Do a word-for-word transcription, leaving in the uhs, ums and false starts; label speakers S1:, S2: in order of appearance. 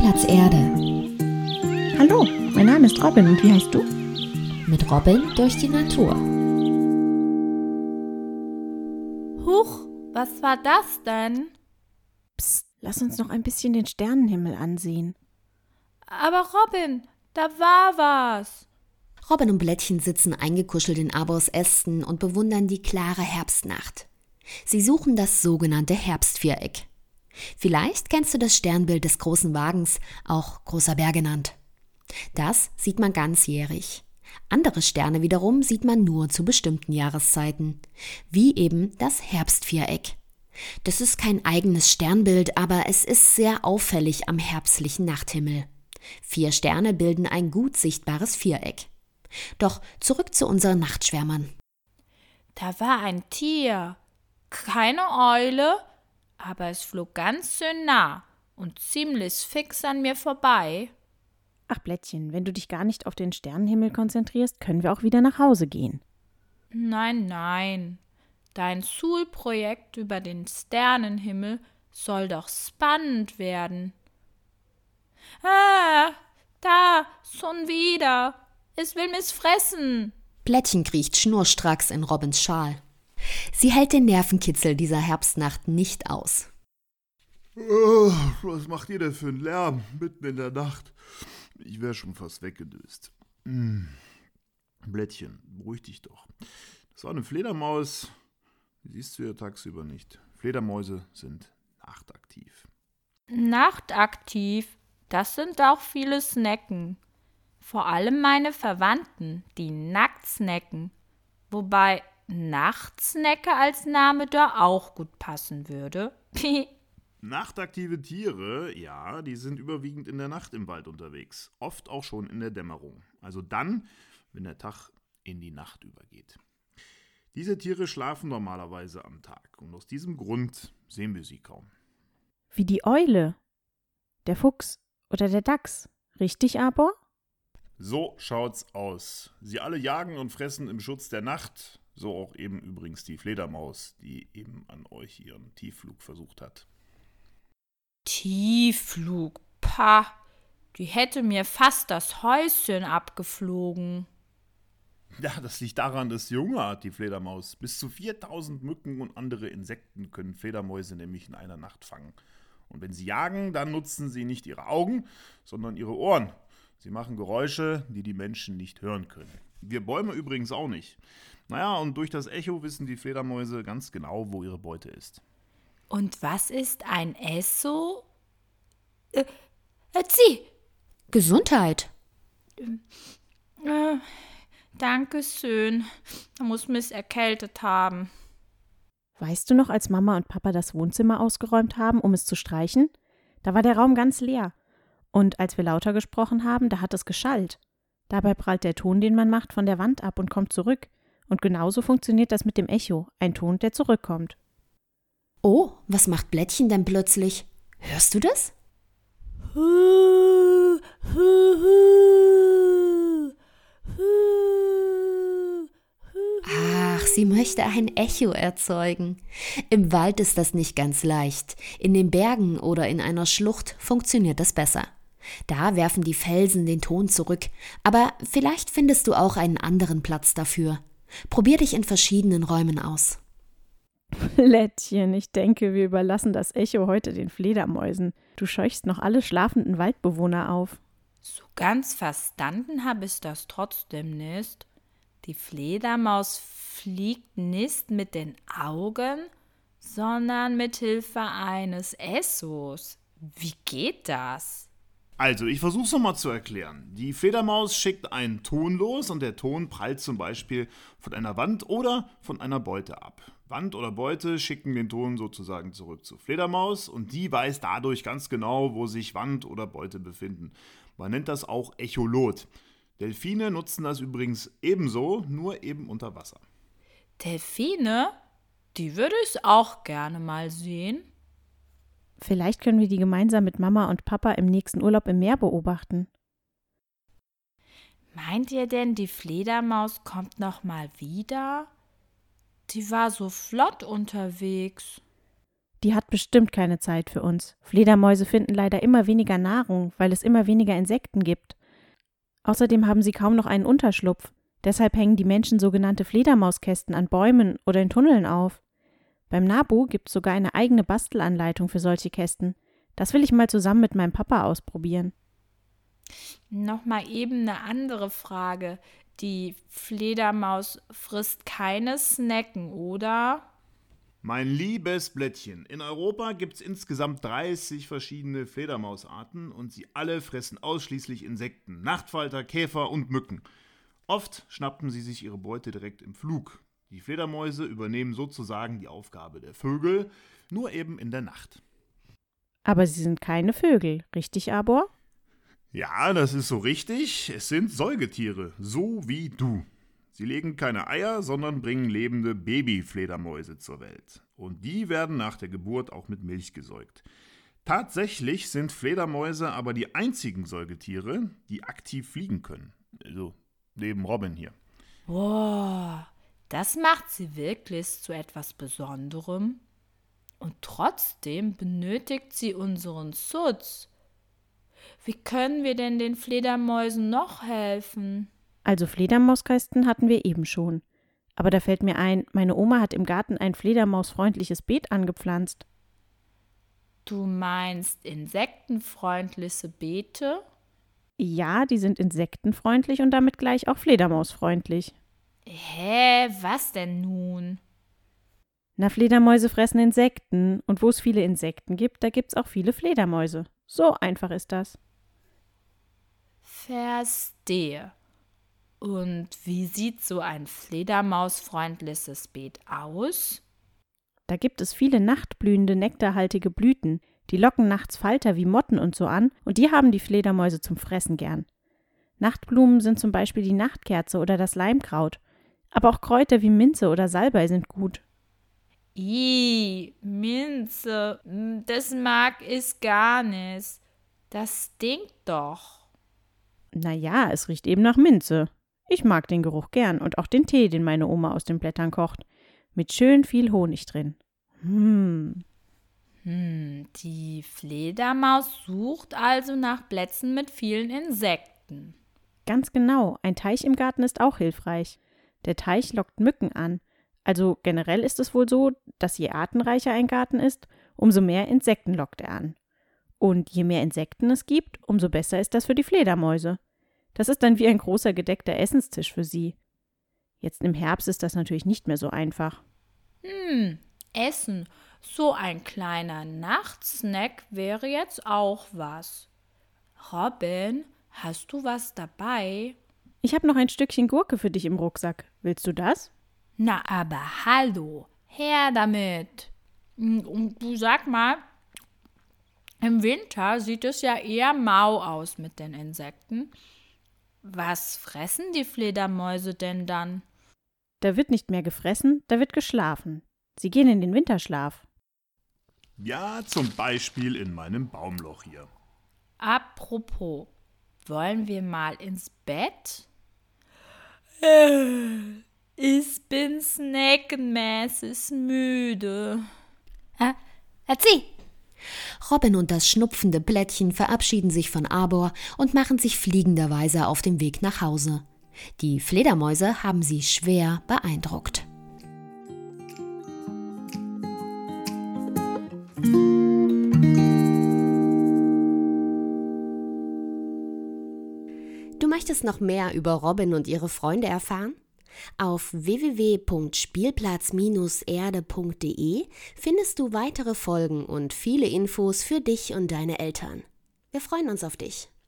S1: Platz Erde.
S2: Hallo, mein Name ist Robin und wie heißt du?
S1: Mit Robin durch die Natur.
S3: Huch, was war das denn?
S2: Psst, lass uns noch ein bisschen den Sternenhimmel ansehen.
S3: Aber Robin, da war was.
S1: Robin und Blättchen sitzen eingekuschelt in Arbors Ästen und bewundern die klare Herbstnacht. Sie suchen das sogenannte Herbstviereck. Vielleicht kennst du das Sternbild des großen Wagens, auch Großer Bär genannt. Das sieht man ganzjährig. Andere Sterne wiederum sieht man nur zu bestimmten Jahreszeiten, wie eben das Herbstviereck. Das ist kein eigenes Sternbild, aber es ist sehr auffällig am herbstlichen Nachthimmel. Vier Sterne bilden ein gut sichtbares Viereck. Doch zurück zu unseren Nachtschwärmern.
S3: Da war ein Tier, keine Eule, aber es flog ganz schön nah und ziemlich fix an mir vorbei.
S2: Ach Blättchen, wenn du dich gar nicht auf den Sternenhimmel konzentrierst, können wir auch wieder nach Hause gehen.
S3: Nein, nein, dein Schulprojekt über den Sternenhimmel soll doch spannend werden. Ah, da, schon wieder. Es will mich fressen.
S1: Blättchen kriecht schnurstracks in Robins Schal. Sie hält den Nervenkitzel dieser Herbstnacht nicht aus.
S4: Oh, was macht ihr denn für einen Lärm mitten in der Nacht? Ich wäre schon fast weggedöst. Hm. Blättchen, beruhig dich doch. Das war eine Fledermaus. Die siehst du ja tagsüber nicht. Fledermäuse sind nachtaktiv.
S3: Nachtaktiv, das sind auch viele Snacken. Vor allem meine Verwandten, die Nacktsnacken. Wobei Nachtsnecke als Name da auch gut passen würde.
S4: Nachtaktive Tiere, ja, die sind überwiegend in der Nacht im Wald unterwegs. Oft auch schon in der Dämmerung. Also dann, wenn der Tag in die Nacht übergeht. Diese Tiere schlafen normalerweise am Tag. Und aus diesem Grund sehen wir sie kaum.
S2: Wie die Eule, der Fuchs oder der Dachs. Richtig, Arbor?
S4: So schaut's aus. Sie alle jagen und fressen im Schutz der Nacht. So auch eben übrigens die Fledermaus, die eben an euch ihren Tiefflug versucht hat.
S3: Tiefflug, pah, die hätte mir fast das Häuschen abgeflogen.
S4: Ja, das liegt daran, dass sie Hunger hat, die Fledermaus. Bis zu viertausend Mücken und andere Insekten können Fledermäuse nämlich in einer Nacht fangen. Und wenn sie jagen, dann nutzen sie nicht ihre Augen, sondern ihre Ohren. Sie machen Geräusche, die die Menschen nicht hören können. Wir Bäume übrigens auch nicht. Naja, und durch das Echo wissen die Fledermäuse ganz genau, wo ihre Beute ist.
S3: Und was ist ein Esso? Äh, Zieh!
S1: Gesundheit.
S3: Äh, danke schön. Da muss mich erkältet haben.
S2: Weißt du noch, als Mama und Papa das Wohnzimmer ausgeräumt haben, um es zu streichen? Da war der Raum ganz leer. Und als wir lauter gesprochen haben, da hat es geschallt. Dabei prallt der Ton, den man macht, von der Wand ab und kommt zurück. Und genauso funktioniert das mit dem Echo, ein Ton, der zurückkommt.
S1: Oh, was macht Blättchen denn plötzlich? Hörst du das? Ach, sie möchte ein Echo erzeugen. Im Wald ist das nicht ganz leicht. In den Bergen oder in einer Schlucht funktioniert das besser. Da werfen die Felsen den Ton zurück, aber vielleicht findest du auch einen anderen Platz dafür. Probier dich in verschiedenen Räumen aus.
S2: Blättchen, ich denke, wir überlassen das Echo heute den Fledermäusen. Du scheuchst noch alle schlafenden Waldbewohner auf.
S3: So ganz verstanden habe ich das trotzdem nicht. Die Fledermaus fliegt nicht mit den Augen, sondern mit Hilfe eines Echos. Wie geht das?
S4: Also, ich versuche es nochmal zu erklären. Die Fledermaus schickt einen Ton los und der Ton prallt zum Beispiel von einer Wand oder von einer Beute ab. Wand oder Beute schicken den Ton sozusagen zurück zur Fledermaus und die weiß dadurch ganz genau, wo sich Wand oder Beute befinden. Man nennt das auch Echolot. Delfine nutzen das übrigens ebenso, nur eben unter Wasser.
S3: Delfine? Die würde ich auch gerne mal sehen.
S2: Vielleicht können wir die gemeinsam mit Mama und Papa im nächsten Urlaub im Meer beobachten.
S3: Meint ihr denn, die Fledermaus kommt noch mal wieder? Die war so flott unterwegs.
S2: Die hat bestimmt keine Zeit für uns. Fledermäuse finden leider immer weniger Nahrung, weil es immer weniger Insekten gibt. Außerdem haben sie kaum noch einen Unterschlupf. Deshalb hängen die Menschen sogenannte Fledermauskästen an Bäumen oder in Tunneln auf. Beim NABU gibt es sogar eine eigene Bastelanleitung für solche Kästen. Das will ich mal zusammen mit meinem Papa ausprobieren.
S3: Nochmal eben eine andere Frage. Die Fledermaus frisst keine Snacken, oder?
S4: Mein liebes Blättchen, in Europa gibt es insgesamt dreißig verschiedene Fledermausarten und sie alle fressen ausschließlich Insekten, Nachtfalter, Käfer und Mücken. Oft schnappen sie sich ihre Beute direkt im Flug. Die Fledermäuse übernehmen sozusagen die Aufgabe der Vögel, nur eben in der Nacht.
S2: Aber sie sind keine Vögel, richtig, Arbor?
S4: Ja, das ist so richtig. Es sind Säugetiere, so wie du. Sie legen keine Eier, sondern bringen lebende Babyfledermäuse zur Welt. Und die werden nach der Geburt auch mit Milch gesäugt. Tatsächlich sind Fledermäuse aber die einzigen Säugetiere, die aktiv fliegen können. Also neben Robin hier.
S3: Boah, das macht sie wirklich zu etwas Besonderem. Und trotzdem benötigt sie unseren Schutz. Wie können wir denn den Fledermäusen noch helfen?
S2: Also Fledermauskästen hatten wir eben schon. Aber da fällt mir ein, meine Oma hat im Garten ein fledermausfreundliches Beet angepflanzt.
S3: Du meinst insektenfreundliche Beete?
S2: Ja, die sind insektenfreundlich und damit gleich auch fledermausfreundlich.
S3: Hä, was denn nun?
S2: Na, Fledermäuse fressen Insekten und wo es viele Insekten gibt, da gibt's auch viele Fledermäuse. So einfach ist das.
S3: Verstehe. Und wie sieht so ein fledermausfreundliches Beet aus?
S2: Da gibt es viele nachtblühende, nektarhaltige Blüten, die locken nachts Falter wie Motten und so an und die haben die Fledermäuse zum Fressen gern. Nachtblumen sind zum Beispiel die Nachtkerze oder das Leimkraut, aber auch Kräuter wie Minze oder Salbei sind gut.
S3: Ih, Minze, das mag ich gar nicht. Das stinkt doch.
S2: Naja, es riecht eben nach Minze. Ich mag den Geruch gern und auch den Tee, den meine Oma aus den Blättern kocht. Mit schön viel Honig drin. Hm.
S3: Hm, die Fledermaus sucht also nach Plätzen mit vielen Insekten.
S2: Ganz genau, ein Teich im Garten ist auch hilfreich. Der Teich lockt Mücken an. Also generell ist es wohl so, dass je artenreicher ein Garten ist, umso mehr Insekten lockt er an. Und je mehr Insekten es gibt, umso besser ist das für die Fledermäuse. Das ist dann wie ein großer gedeckter Essenstisch für sie. Jetzt im Herbst ist das natürlich nicht mehr so einfach.
S3: Hm, Essen. So ein kleiner Nachtsnack wäre jetzt auch was. Robin, hast du was dabei?
S2: Ich habe noch ein Stückchen Gurke für dich im Rucksack. Willst du das?
S3: Na, aber hallo, her damit. Und du sag mal, im Winter sieht es ja eher mau aus mit den Insekten. Was fressen die Fledermäuse denn dann?
S2: Da wird nicht mehr gefressen, da wird geschlafen. Sie gehen in den Winterschlaf.
S4: Ja, zum Beispiel in meinem Baumloch hier.
S3: Apropos, wollen wir mal ins Bett? Äh, ich bin snackenmäßig müde.
S1: Äh, Erzieh! Robin und das schnupfende Blättchen verabschieden sich von Arbor und machen sich fliegenderweise auf den Weg nach Hause. Die Fledermäuse haben sie schwer beeindruckt. Du möchtest noch mehr über Robin und ihre Freunde erfahren? Auf w w w punkt spielplatz erde punkt d e findest du weitere Folgen und viele Infos für dich und deine Eltern. Wir freuen uns auf dich.